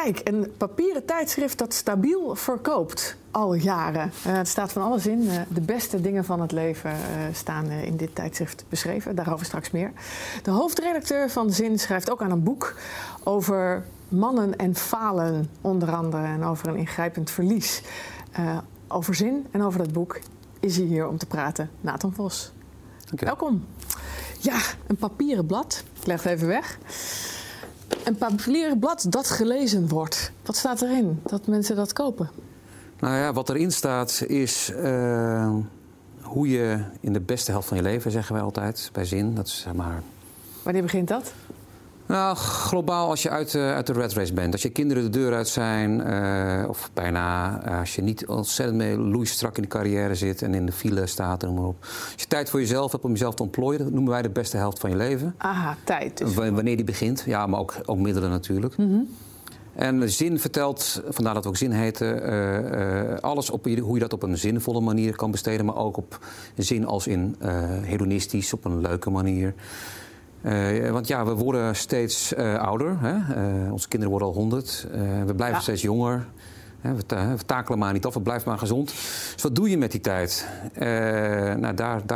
Kijk, een papieren tijdschrift dat stabiel verkoopt al jaren. Er staat van alles in. De beste dingen van het leven staan in dit tijdschrift beschreven. Daarover straks meer. De hoofdredacteur van Zin schrijft ook aan een boek over mannen en falen, onder andere. En over een ingrijpend verlies. Over Zin en over dat boek is hij hier om te praten. Nathan Vos. Welkom. Ja, een papieren blad. Ik leg het even weg. Een papieren blad dat gelezen wordt. Wat staat erin? Dat mensen dat kopen? Nou ja, wat erin staat is hoe je in de beste helft van je leven, zeggen wij altijd, bij Zin. Dat is zeg maar... Wanneer begint dat? Nou, globaal als je uit de rat race bent. Als je kinderen de deur uit zijn, of bijna als je niet ontzettend mee loeistrak in de carrière zit en in de file staat, noem maar op. Als je tijd voor jezelf hebt om jezelf te ontplooien, dat noemen wij de beste helft van je leven. Aha, tijd dus. Wanneer die begint, ja, maar ook middelen natuurlijk. Mm-hmm. En Zin vertelt, vandaar dat we ook Zin heten, alles op hoe je dat op een zinvolle manier kan besteden, maar ook op zin als in hedonistisch, op een leuke manier. Want ja, we worden steeds ouder. Hè? Onze kinderen worden al 100. We blijven steeds jonger. We takelen maar niet af, we blijven maar gezond. Dus wat doe je met die tijd? Nou,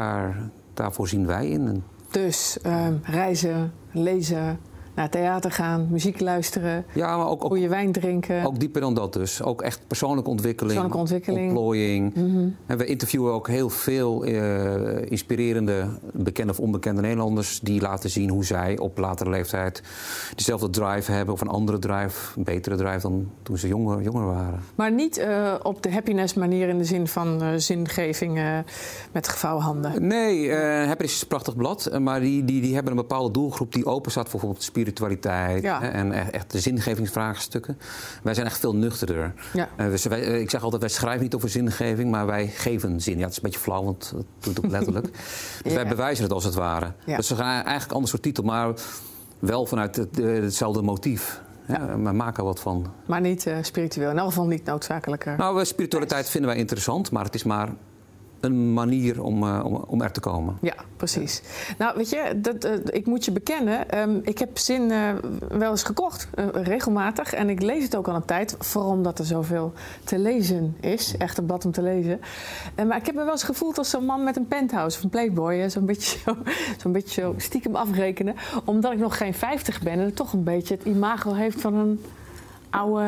daar voorzien wij in. Dus reizen, lezen, naar theater gaan, muziek luisteren, ja, maar ook goede wijn drinken. Ook dieper dan dat dus. Ook echt persoonlijke ontwikkeling. Ontplooiing. Mm-hmm. En we interviewen ook heel veel inspirerende, bekende of onbekende Nederlanders die laten zien hoe zij op latere leeftijd dezelfde drive hebben of een andere drive, een betere drive dan toen ze jonger waren. Maar niet op de happiness manier in de zin van zingeving met gevouwen handen? Nee, Happiness is een prachtig blad, maar die hebben een bepaalde doelgroep die open staat voor bijvoorbeeld spiritualiteit en echt de zingevingsvraagstukken. Wij zijn echt veel nuchterder. Ja. Ik zeg altijd, wij schrijven niet over zingeving, maar wij geven zin. Ja, het is een beetje flauw, want dat doet het ook letterlijk. Dus wij bewijzen het als het ware. Ja. Dus we gaan eigenlijk een ander soort titel, maar wel vanuit hetzelfde motief. Ja, we maken wat van. Maar niet spiritueel, in elk geval niet noodzakelijker. Nou, spiritualiteit vinden wij interessant, maar het is maar een manier om er te komen. Ja, precies. Nou, weet je, ik moet je bekennen, ik heb Zin wel eens gekocht, regelmatig. En ik lees het ook al een tijd, vooral omdat er zoveel te lezen is. Echt een blad om te lezen. Maar ik heb me wel eens gevoeld als zo'n man met een penthouse of een Playboy. Zo'n beetje zo stiekem afrekenen. Omdat ik nog geen 50 ben en het toch een beetje het imago heeft van een oude...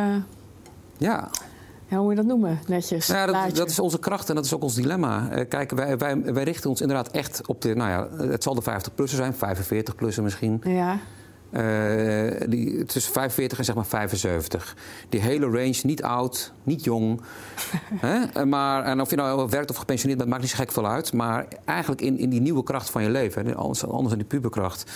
Ja. Ja, hoe moet je dat noemen? Netjes. Nou ja, dat is onze kracht en dat is ook ons dilemma. Kijk, wij richten ons inderdaad echt op de... Nou ja, het zal de 50-plussen zijn, 45-plussen misschien. Ja. Tussen 45 en zeg maar 75. Die hele range, niet oud, niet jong. En of je nou werkt of gepensioneerd bent, maakt niet zo gek veel uit. Maar eigenlijk in die nieuwe kracht van je leven. Anders dan die puberkracht.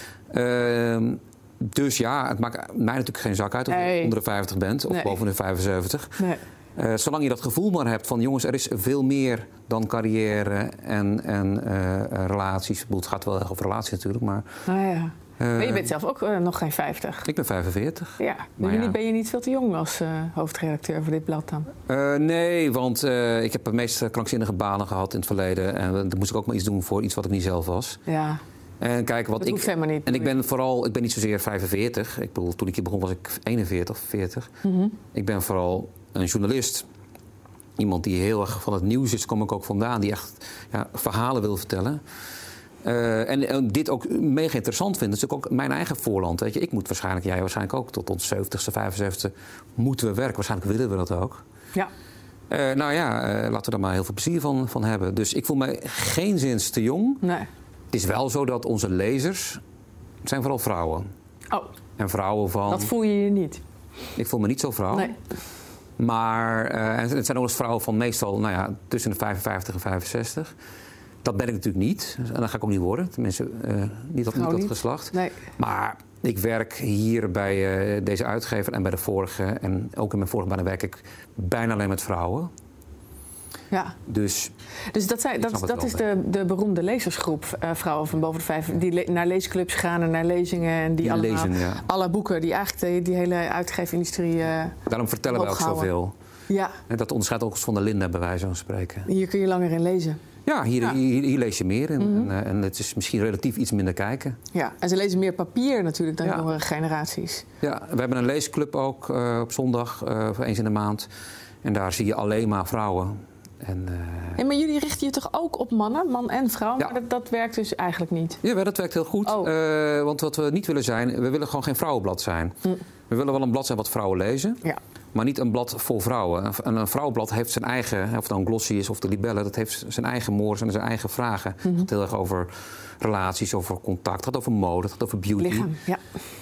Dus ja, het maakt mij natuurlijk geen zak uit of je onder de 50 bent of boven de 75. Nee. Zolang je dat gevoel maar hebt van jongens, er is veel meer dan carrière en relaties. Het gaat wel over relaties natuurlijk, maar... Maar je bent zelf ook nog geen 50. Ik ben 45. Ja, maar ben je niet veel te jong als hoofdredacteur voor dit blad dan? Nee, want ik heb de meest krankzinnige banen gehad in het verleden. En dan moest ik ook maar iets doen voor iets wat ik niet zelf was. Ja. En kijk, wat ik ben niet zozeer 45. Ik bedoel, toen ik hier begon was ik 41 of 40. Mm-hmm. Ik ben vooral een journalist. Iemand die heel erg van het nieuws is, kom ik ook vandaan. Die echt verhalen wil vertellen. En dit ook mega interessant vindt. Dat is ook mijn eigen voorland. Weet je. Ik moet waarschijnlijk, jij waarschijnlijk ook, tot ons 70ste, 75ste moeten we werken. Waarschijnlijk willen we dat ook. Ja. Laten we daar maar heel veel plezier van hebben. Dus ik voel me geen zins te jong. Nee. Het is wel zo dat onze lezers, het zijn vooral vrouwen. Oh. En vrouwen van... Dat voel je niet? Ik voel me niet zo vrouw. Nee. Maar het zijn ook eens vrouwen van meestal tussen de 55 en 65. Dat ben ik natuurlijk niet. En dat ga ik ook niet worden. Tenminste, niet dat geslacht. Nee. Maar ik werk hier bij deze uitgever en bij de vorige. En ook in mijn vorige banen werk ik bijna alleen met vrouwen. Ja. Dus dat is de beroemde lezersgroep, vrouwen van boven de 50, die naar leesclubs gaan en naar lezingen en die allemaal lezen, alle boeken die eigenlijk die hele uitgeefindustrie daarom vertellen we ook zoveel. Ja. En dat onderscheidt ook van de Linda, bij wijze van spreken. Hier kun je langer in lezen. Ja, hier lees je meer en het is misschien relatief iets minder kijken. Ja, en ze lezen meer papier natuurlijk dan jongere generaties. Ja, we hebben een leesclub ook op zondag, voor eens in de maand. En daar zie je alleen maar vrouwen. Maar jullie richten je toch ook op mannen, man en vrouw? Ja. Maar dat werkt dus eigenlijk niet? Ja, dat werkt heel goed. Want wat we niet willen zijn, we willen gewoon geen vrouwenblad zijn. We willen wel een blad zijn wat vrouwen lezen. Ja. Maar niet een blad voor vrouwen. Een vrouwenblad heeft zijn eigen, of het nou een glossy is of de libelle, dat heeft zijn eigen moors en zijn eigen vragen. Het gaat heel erg over relaties, over contact, het gaat over mode, het gaat over beauty. Lichaam, ja.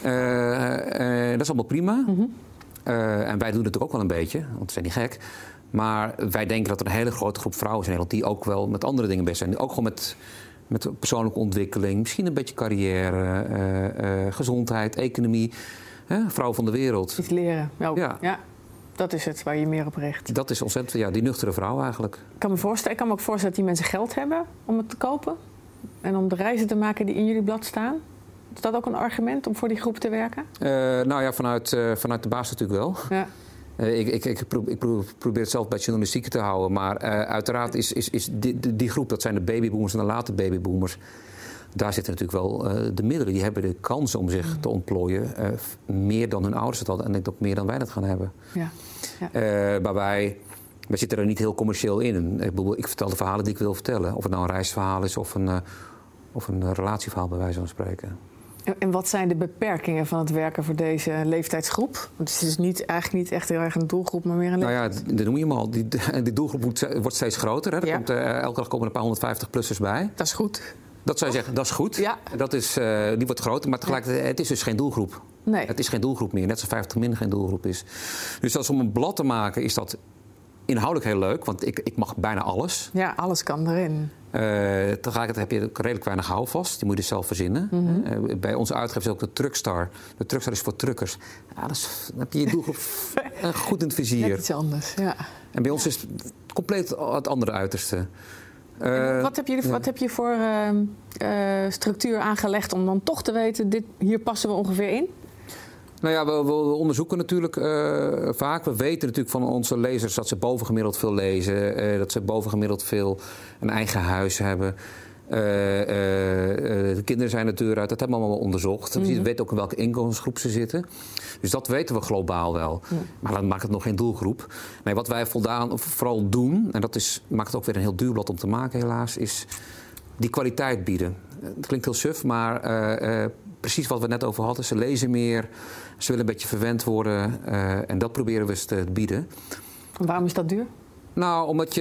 Dat is allemaal prima. En wij doen het ook wel een beetje, want we zijn niet gek. Maar wij denken dat er een hele grote groep vrouwen zijn die ook wel met andere dingen bezig zijn. Ook gewoon met persoonlijke ontwikkeling, misschien een beetje carrière, gezondheid, economie. Vrouwen van de wereld. Iets leren. Ja. Dat is het waar je meer op richt. Dat is ontzettend, die nuchtere vrouw eigenlijk. Ik kan me ook voorstellen dat die mensen geld hebben om het te kopen. En om de reizen te maken die in jullie blad staan. Is dat ook een argument om voor die groep te werken? Vanuit de baas natuurlijk wel. Ja. Ik probeer het zelf bij journalistiek te houden. Maar uiteraard is die groep, dat zijn de babyboomers en de late babyboomers. Daar zitten natuurlijk wel de middelen. Die hebben de kans om zich te ontplooien. Meer dan hun ouders het hadden. En ik denk ook meer dan wij dat gaan hebben. Ja. Maar wij zitten er niet heel commercieel in. Ik vertel de verhalen die ik wil vertellen. Of het nou een reisverhaal is of een relatieverhaal bij wijze van spreken. En wat zijn de beperkingen van het werken voor deze leeftijdsgroep? Want het is eigenlijk niet echt heel erg een doelgroep, maar meer een leeftijd. Dat noem je hem al. Die doelgroep wordt steeds groter. Hè? Komt, elke dag komen er een paar 150-plussers bij. Dat is goed. Dat zou je zeggen, dat is goed. Ja. Die wordt groter, maar tegelijkertijd, het is dus geen doelgroep. Nee. Het is geen doelgroep meer, net zoals 50 min geen doelgroep is. Dus als om een blad te maken, is dat inhoudelijk heel leuk, want ik mag bijna alles. Ja, alles kan erin. Tegelijkertijd heb je redelijk weinig houvast. Die moet je dus zelf verzinnen. Bij onze uitgever is ook de Truckstar. De Truckstar is voor truckers. Ja, dan heb je je doelgroep goed in het vizier. Net iets anders, ja. En bij ons is het compleet het andere uiterste. Wat heb je voor structuur aangelegd om dan toch te weten, hier passen we ongeveer in? Nou ja, we onderzoeken natuurlijk vaak. We weten natuurlijk van onze lezers dat ze bovengemiddeld veel lezen. Dat ze bovengemiddeld veel een eigen huis hebben. De kinderen zijn de deur uit. Dat hebben we allemaal onderzocht. We weten ook in welke inkomensgroep ze zitten. Dus dat weten we globaal wel. Maar dat maakt het nog geen doelgroep. Nee, wat wij vooral doen, en dat maakt het ook weer een heel duur blad om te maken helaas, is die kwaliteit bieden. Het klinkt heel suf, maar precies wat we net over hadden. Ze lezen meer, ze willen een beetje verwend worden. En dat proberen we te bieden. Waarom is dat duur? Nou, omdat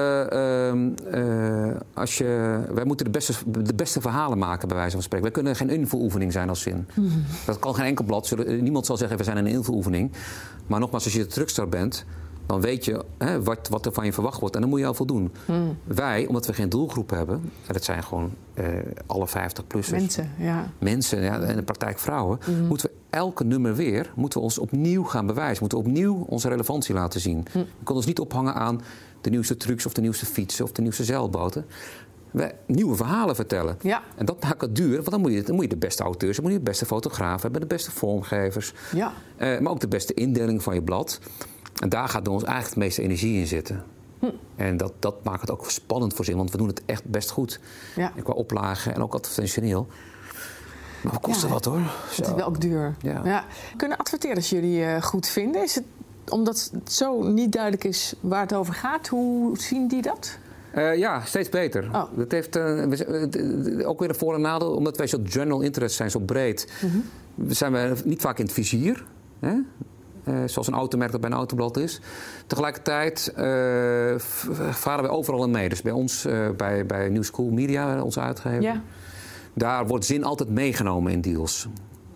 wij moeten de beste verhalen maken, bij wijze van spreken. Wij kunnen geen invuloefening zijn als zin. Dat kan geen enkel blad. Niemand zal zeggen, we zijn een invuloefening. Maar nogmaals, als je de Truckstar bent, dan weet je wat er van je verwacht wordt. En dan moet je al voldoen. Wij, omdat we geen doelgroep hebben, en dat zijn gewoon alle 50-plussers. Mensen, ja, en in de praktijk vrouwen. Moeten we elke nummer moeten we ons opnieuw gaan bewijzen. Moeten we opnieuw onze relevantie laten zien. We kunnen ons niet ophangen aan de nieuwste trucs of de nieuwste fietsen of de nieuwste zeilboten. We nieuwe verhalen vertellen. Ja. En dat maakt het duur, want dan moet je de beste auteurs, dan moet je de beste fotografen hebben, de beste vormgevers. Ja. Maar ook de beste indeling van je blad. En daar gaat bij ons eigenlijk het meeste energie in zitten. En dat maakt het ook spannend voor zin, want we doen het echt best goed. Ja. En qua oplagen en ook advertentieel. Maar wat kost wat hoor? Het is wel ook duur. Ja. Ja. Kunnen adverteerders jullie goed vinden? Is het omdat het zo niet duidelijk is waar het over gaat? Hoe zien die dat? Ja, steeds beter. Oh. Dat heeft ook weer een voor- en nadeel, omdat wij zo general interest zijn, zo breed. Zijn we niet vaak in het vizier. Hè? Zoals een automerk dat bij een autoblad is. Tegelijkertijd varen wij overal in mee. Dus bij ons, bij New School Media, onze uitgever. Ja. Daar wordt zin altijd meegenomen in deals.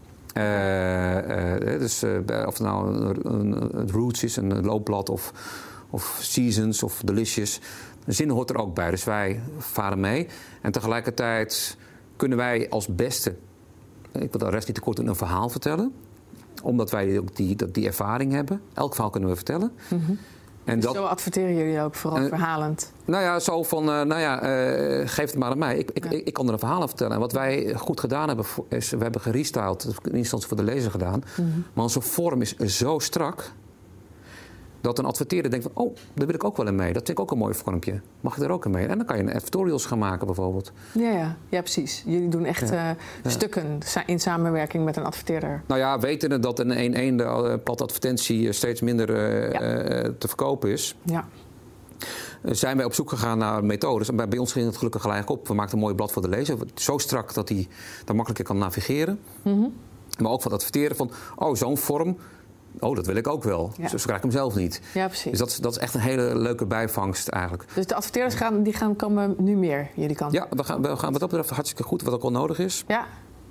Of het nou een Roots is, een loopblad of Seasons of Delicious. Zin hoort er ook bij. Dus wij varen mee. En tegelijkertijd kunnen wij als beste, ik wil de rest niet tekort doen, een verhaal vertellen. Omdat wij ook die ervaring hebben. Elk verhaal kunnen we vertellen. En dus zo adverteren jullie ook, vooral verhalend? Nou ja, zo van, geef het maar aan mij. Ik kan er een verhaal aan vertellen. En wat wij goed gedaan hebben, is we hebben gerestyled. Dat heb ik in instantie voor de lezer gedaan. Maar onze vorm is zo strak. Dat een adverteerder denkt van, daar wil ik ook wel in mee. Dat vind ik ook een mooi vormpje. Mag ik daar ook in mee? En dan kan je editorials gaan maken bijvoorbeeld. Ja, precies. Jullie doen echt stukken in samenwerking met een adverteerder. Nou ja, wetende dat een pad advertentie steeds minder te verkopen is. Ja. Zijn wij op zoek gegaan naar methodes. En bij ons ging het gelukkig gelijk op. We maakten een mooi blad voor de lezer. Zo strak dat hij daar makkelijker kan navigeren. Mm-hmm. Maar ook van het adverteren van, zo'n vorm. Dat wil ik ook wel. Ja. Zo krijg ik hem zelf niet. Ja, precies. Dus dat is echt een hele leuke bijvangst eigenlijk. Dus de adverteerders gaan komen nu meer jullie kant? Ja, we gaan wat dat betreft hartstikke goed, wat ook al nodig is. Ja.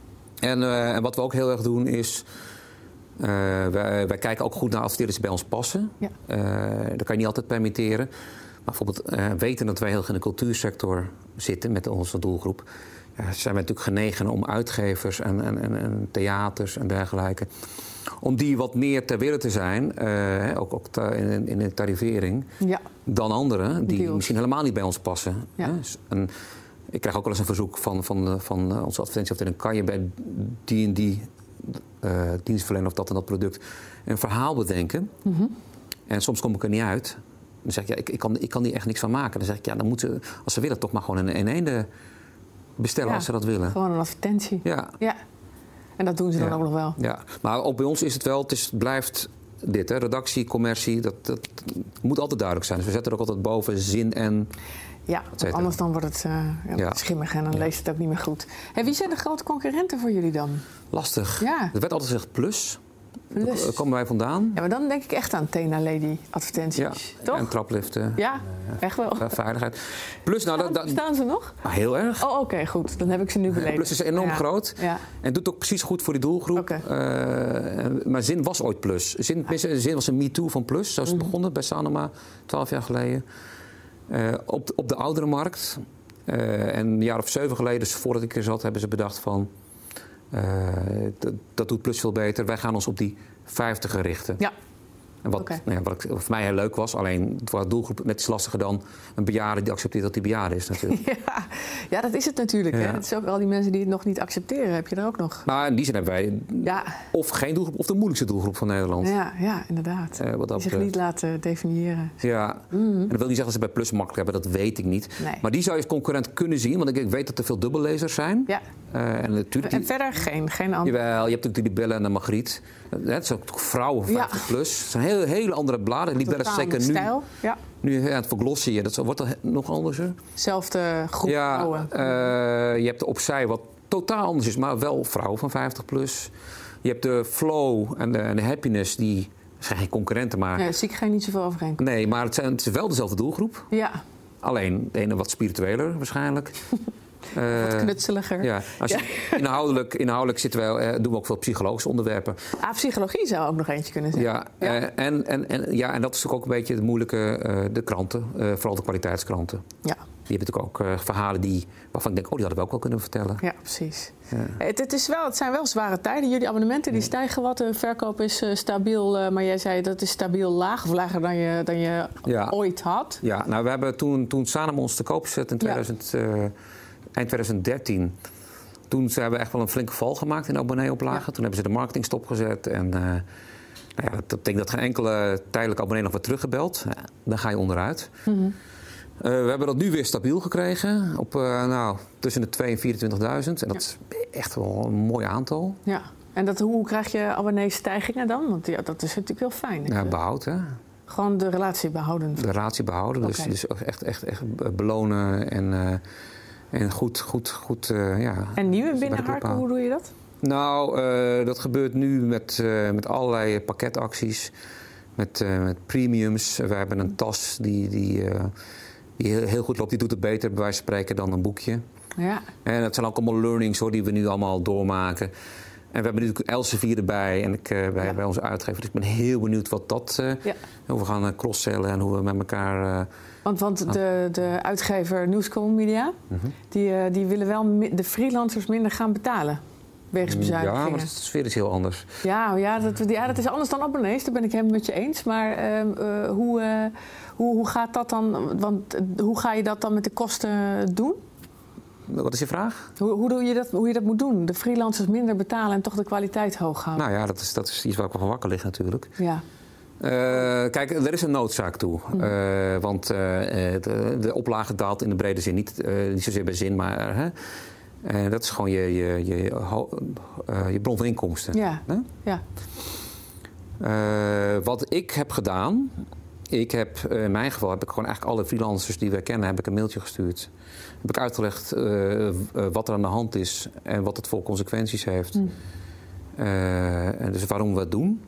En wat we ook heel erg doen is... wij kijken ook goed naar adverteerders die bij ons passen. Ja. Dat kan je niet altijd permitteren. Maar bijvoorbeeld weten dat wij heel erg in de cultuursector zitten met onze doelgroep. Zijn wij natuurlijk genegen om uitgevers en theaters en dergelijke... om die wat meer ter wereld te zijn, ook in de tarivering, dan anderen die misschien helemaal niet bij ons passen. Ja. En ik krijg ook wel eens een verzoek van onze advertentieafdeling: kan je bij die en die dienstverlener of dat en dat product een verhaal bedenken? Mm-hmm. En soms kom ik er niet uit. Dan zeg ik, ik kan hier echt niks van maken. Dan zeg ik, dan moeten ze, als ze willen, toch maar gewoon een eende bestellen als ze dat willen. Gewoon een advertentie. Ja. En dat doen ze dan ook nog wel. Ja, maar ook bij ons is het wel, blijft dit, redactie, commercie, dat moet altijd duidelijk zijn. Dus we zetten er ook altijd boven zin en... Ja, want anders dan wordt het schimmig en dan leest het ook niet meer goed. Wie zijn de grote concurrenten voor jullie dan? Lastig. Ja. Er werd altijd gezegd Plus. Daar komen wij vandaan. Ja, maar dan denk ik echt aan Tena Lady advertenties, toch? En trapliften. Ja, echt wel. Veiligheid. Plus, staan ze nog? Heel erg. Oh, oké, goed. Dan heb ik ze nu beleefd. Plus is enorm groot. Ja. En doet ook precies goed voor die doelgroep. Maar Zin was ooit Plus. Zin was een MeToo van Plus. Zo is het begonnen bij Sanoma 12 jaar geleden. Op de oudere markt. En een jaar of 7 geleden, dus voordat ik er zat, hebben ze bedacht van... dat doet Plus veel beter. Wij gaan ons op die 50er richten. Ja. En wat voor mij heel leuk was, alleen voor de doelgroep net iets lastiger dan een bejaarde die accepteert dat hij bejaarde is natuurlijk. Ja, dat is het natuurlijk. Ja. Hè? Het is ook al die mensen die het nog niet accepteren, heb je er ook nog. Nou, in die zin hebben wij of geen doelgroep of de moeilijkste doelgroep van Nederland. Ja, inderdaad. Die zich niet laten definiëren. Ja, en dat wil niet zeggen dat ze bij Plus makkelijk hebben, dat weet ik niet. Nee. Maar die zou je als concurrent kunnen zien, want ik weet dat er veel dubbellezers zijn. Ja. En verder geen andere. Jawel, je hebt natuurlijk die Libelle en de Margriet. Het zijn ook vrouwen 50 plus. Het zijn hele andere bladen. Libelle is zeker stijl. Nu het voor Glossy, dat wordt er nog anders. Zelfde groep vrouwen. Je hebt de Opzij, wat totaal anders is, maar wel vrouwen van 50 plus. Je hebt de Flow en de Happiness, die zijn geen concurrenten, maar... Ja, zie ik niet zoveel overeenkomst. Nee, maar het is wel dezelfde doelgroep. Ja. Alleen de ene wat spiritueler waarschijnlijk. Wat knutseliger. Ja. Inhoudelijk doen we ook veel psychologische onderwerpen. Psychologie zou ook nog eentje kunnen zijn. Ja. En dat is natuurlijk ook een beetje het moeilijke, de kranten. Vooral de kwaliteitskranten. Ja. Die hebben natuurlijk ook verhalen waarvan ik denk, die hadden we ook wel kunnen vertellen. Ja, precies. Ja. Het zijn wel zware tijden. Jullie abonnementen die stijgen wat. De verkoop is stabiel, maar jij zei dat is stabiel laag. Of lager dan je ooit had. Ja, nou we hebben toen Sanoma ons te koop gezet in eind 2013. Toen hebben we echt wel een flinke val gemaakt in abonneeoplagen. Ja. Toen hebben ze de marketing stopgezet. En dat betekent dat geen enkele tijdelijke abonnee nog wordt teruggebeld. Dan ga je onderuit. Mm-hmm. We hebben dat nu weer stabiel gekregen. Op tussen de 2.000 en 24.000. En dat is echt wel een mooi aantal. Ja. En hoe krijg je abonneestijgingen dan? Want dat is natuurlijk heel fijn. Ja, behoud, hè. Gewoon de relatie behouden? De relatie behouden. Okay. Dus echt belonen en goed. En nieuwe binnenharken, hoe doe je dat? Nou, dat gebeurt nu met allerlei pakketacties. Met premiums. We hebben een tas die heel goed loopt. Die doet het beter, bij wijze van spreken, dan een boekje. Ja. En dat zijn ook allemaal learnings hoor, die we nu allemaal doormaken. En we hebben natuurlijk Elsevier erbij en bij onze uitgever. Dus ik ben heel benieuwd wat dat... Hoe we gaan cross-sellen en hoe we met elkaar... Want de uitgever Newscom Media... Die willen wel de freelancers minder gaan betalen. Wegens bezuinigingen. Ja, maar de sfeer is heel anders. Ja, dat is anders dan abonnees. Daar ben ik helemaal met je eens. Maar hoe gaat dat dan? Want hoe ga je dat dan met de kosten doen? Wat is je vraag? Hoe je dat moet doen? De freelancers minder betalen en toch de kwaliteit hoog houden? Nou ja, dat is iets waar ik wel van wakker lig natuurlijk. Ja. Kijk, er is een noodzaak toe. Want de oplage daalt in de brede zin. Niet zozeer bij zin, maar dat is gewoon je bron van inkomsten. Ja. Ja. Wat ik heb gedaan... in mijn geval heb ik gewoon eigenlijk alle freelancers die we kennen... heb ik een mailtje gestuurd. Heb ik uitgelegd wat er aan de hand is... en wat het voor consequenties heeft. En dus waarom we het doen...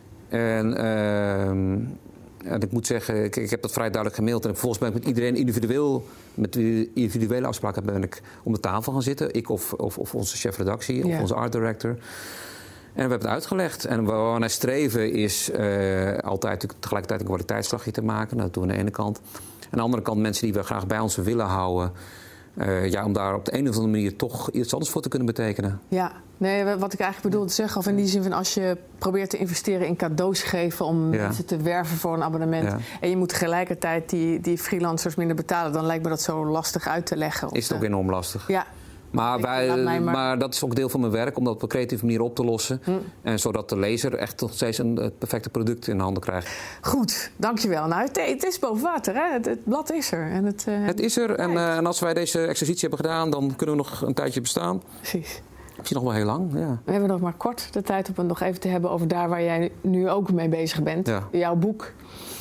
En ik moet zeggen, ik heb dat vrij duidelijk gemaild. En volgens mij ben ik met iedereen met individuele afspraken ben ik om de tafel gaan zitten. Ik of onze chefredactie of onze art director. En we hebben het uitgelegd. En waar we naar streven is altijd tegelijkertijd een kwaliteitsslagje te maken. Dat doen we aan de ene kant. Aan de andere kant mensen die we graag bij ons willen houden... om daar op de een of andere manier toch iets anders voor te kunnen betekenen. Ja, nee, wat ik eigenlijk bedoel te zeggen... of in die zin van als je probeert te investeren in cadeaus geven... om mensen te werven voor een abonnement... en je moet tegelijkertijd die freelancers minder betalen... dan lijkt me dat zo lastig uit te leggen. Is het ook enorm lastig. Ja. Maar dat is ook deel van mijn werk, om dat op een creatieve manier op te lossen. En zodat de lezer echt nog steeds het perfecte product in de handen krijgt. Goed, dankjewel. Nou, het is boven water, hè? Het blad is er. En het is er. En als wij deze exercitie hebben gedaan, dan kunnen we nog een tijdje bestaan. Precies. Misschien nog wel heel lang, ja. We hebben nog maar kort de tijd om het nog even te hebben over daar waar jij nu ook mee bezig bent. Ja. Jouw boek.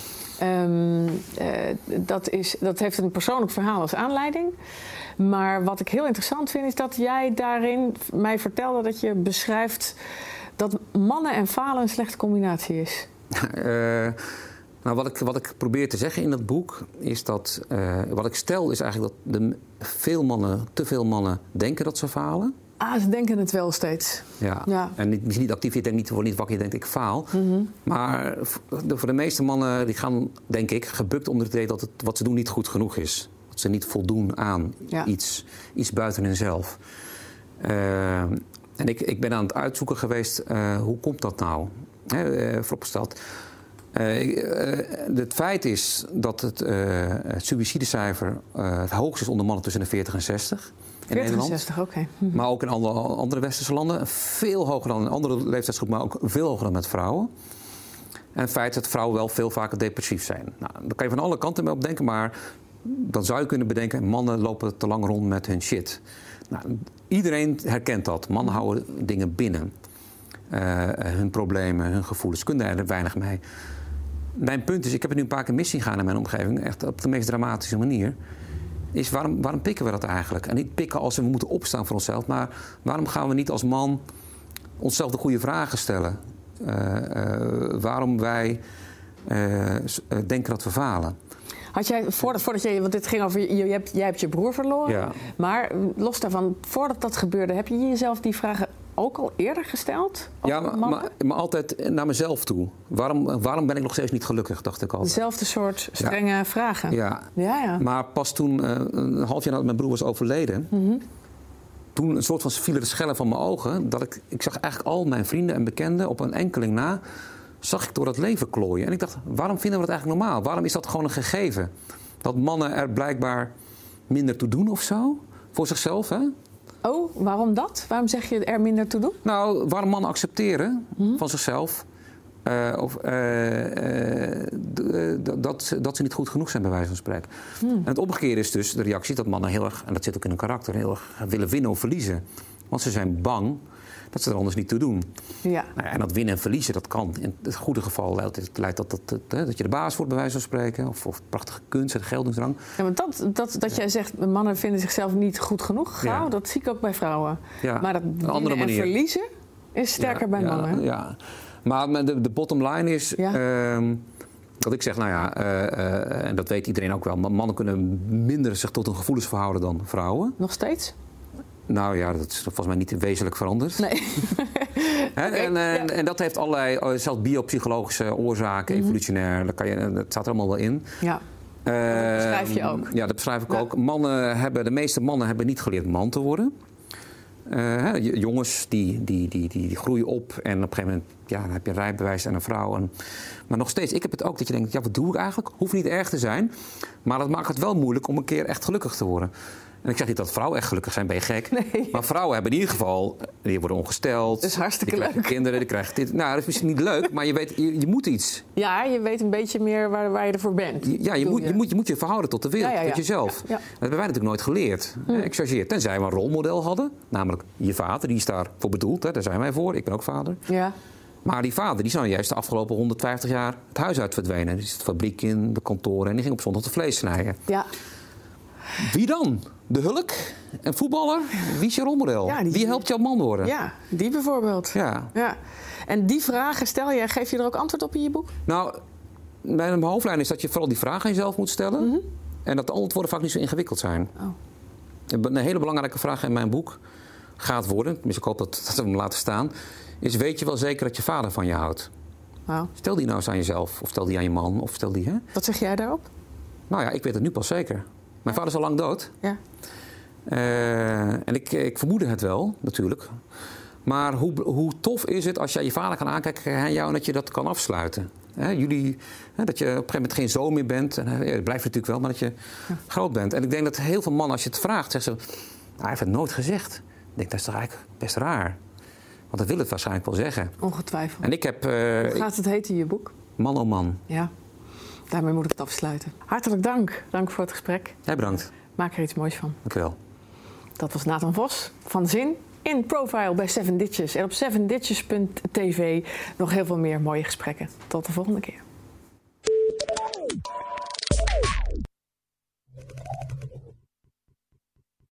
Dat heeft een persoonlijk verhaal als aanleiding. Maar wat ik heel interessant vind, is dat jij daarin mij vertelde dat je beschrijft dat mannen en falen een slechte combinatie is. Nou, wat ik probeer te zeggen in dat boek is dat... wat ik stel is eigenlijk dat te veel mannen denken dat ze falen. Ze denken het wel steeds. Ja. En misschien niet actief, je denkt niet wakker, je denkt ik faal. Maar voor de meeste mannen die gaan, denk ik, gebukt onder het idee dat wat ze doen niet goed genoeg is. Dat ze niet voldoen aan iets buiten hunzelf. En ik ben aan het uitzoeken geweest, hoe komt dat nou? Vooropgesteld. Het feit is dat het suïcidecijfer het hoogst is onder mannen tussen de 40 en 60. 40 en 60, oké. Maar ook in andere westerse landen. Veel hoger dan in andere leeftijdsgroepen, maar ook veel hoger dan met vrouwen. En het feit dat vrouwen wel veel vaker depressief zijn. Nou, daar kan je van alle kanten mee op denken, maar dan zou je kunnen bedenken... mannen lopen te lang rond met hun shit. Nou, iedereen herkent dat. Mannen houden dingen binnen. Hun problemen, hun gevoelens, kunnen er weinig mee. Mijn punt is, ik heb het nu een paar keer mis zien gaan in mijn omgeving... echt op de meest dramatische manier... is waarom pikken we dat eigenlijk? En niet pikken als we moeten opstaan voor onszelf... maar waarom gaan we niet als man onszelf de goede vragen stellen? Waarom wij denken dat we falen? Had jij, voordat je, want dit ging over, jij hebt je broer verloren... Ja. Maar los daarvan, voordat dat gebeurde... heb je jezelf die vragen ook al eerder gesteld? Ja, maar altijd naar mezelf toe. Waarom ben ik nog steeds niet gelukkig, dacht ik altijd. Dezelfde soort strenge vragen. Ja. Maar pas toen, een half jaar nadat mijn broer was overleden... toen een soort van vielen de schellen van mijn ogen... dat ik zag eigenlijk al mijn vrienden en bekenden op een enkeling na... zag ik door dat leven klooien. En ik dacht, waarom vinden we dat eigenlijk normaal? Waarom is dat gewoon een gegeven? Dat mannen er blijkbaar minder toe doen of zo? Voor zichzelf, hè? Oh, waarom dat? Waarom zeg je er minder toe doen? Nou, waarom mannen accepteren van zichzelf... dat ze niet goed genoeg zijn, bij wijze van spreken. En het omgekeerde is dus de reactie dat mannen heel erg... en dat zit ook in hun karakter, heel erg willen winnen of verliezen. Want ze zijn bang dat ze er anders niet toe doen. Ja. Nou ja, en dat winnen en verliezen, dat kan. In het goede geval leidt dat je de baas wordt, bij wijze van spreken. Of prachtige kunst en geldingsdrang. Ja, maar dat jij zegt, mannen vinden zichzelf niet goed genoeg, dat zie ik ook bij vrouwen. Ja. Maar dat winnen en verliezen is sterker bij mannen. Ja. Maar de bottom line is... dat ik zeg, en dat weet iedereen ook wel... mannen kunnen minder zich tot hun gevoelens verhouden dan vrouwen. Nog steeds? Nou ja, dat is volgens mij niet wezenlijk veranderd. Nee. En dat heeft allerlei, zelfs biopsychologische oorzaken, evolutionair. Dat staat er allemaal wel in. Ja. Dat beschrijf je ook. Ja, dat beschrijf ik ook. De meeste mannen hebben niet geleerd man te worden. Jongens die groeien op en op een gegeven moment dan heb je een rijbewijs en een vrouw. Maar nog steeds, ik heb het ook dat je denkt, wat doe ik eigenlijk? Hoeft niet erg te zijn, maar dat maakt het wel moeilijk om een keer echt gelukkig te worden. En ik zeg niet dat vrouwen echt gelukkig zijn, ben je gek. Nee. Maar vrouwen hebben in ieder geval, die worden ongesteld. Dat is hartstikke leuk. Die krijgen kinderen, die krijgen dit. Nou, dat is misschien niet leuk, maar je weet, je moet iets. Ja, je weet een beetje meer waar je ervoor bent. Ja, je moet je verhouden tot de wereld, tot jezelf. Ja. Dat hebben wij natuurlijk nooit geleerd. Ik chargeer. Tenzij we een rolmodel hadden, namelijk je vader, die is daarvoor bedoeld. Hè. Daar zijn wij voor, ik ben ook vader. Ja. Maar die vader die is nou juist de afgelopen 150 jaar het huis uit verdwenen. Die is de fabriek in, de kantoren en die ging op zondag de vlees snijden. Ja. Wie dan? De Hulk? Een voetballer? Wie is je rolmodel? Ja, Wie helpt jouw man worden? Ja, die bijvoorbeeld. Ja. En die vragen stel je, geef je er ook antwoord op in je boek? Nou, mijn hoofdlijn is dat je vooral die vragen aan jezelf moet stellen. En dat de antwoorden vaak niet zo ingewikkeld zijn. Oh. Een hele belangrijke vraag in mijn boek gaat worden, tenminste ik hoop dat we hem laten staan, is: weet je wel zeker dat je vader van je houdt? Wow. Stel die nou eens aan jezelf, of stel die aan je man, of stel die, hè? Wat zeg jij daarop? Nou ja, ik weet het nu pas zeker. Mijn vader is al lang dood. Ja. En ik vermoedde het wel, natuurlijk. Maar hoe tof is het als jij je vader kan aankijken aan jou en dat je dat kan afsluiten? Dat je op een gegeven moment geen zoon meer bent. En, dat blijft natuurlijk wel, maar dat je groot bent. En ik denk dat heel veel mannen, als je het vraagt, zeggen ze: hij heeft het nooit gezegd. Ik denk, dat is toch eigenlijk best raar. Want dat wil het waarschijnlijk wel zeggen. Ongetwijfeld. En ik heb... Hoe gaat het heten in je boek? Man oh man. Ja, daarmee moet ik het afsluiten. Hartelijk dank. Dank voor het gesprek. Jij bedankt. Maak er iets moois van. Dank u wel. Dat was Nathan Vos van Zin in Profile bij 7 Ditches. En op 7ditches.tv nog heel veel meer mooie gesprekken. Tot de volgende keer.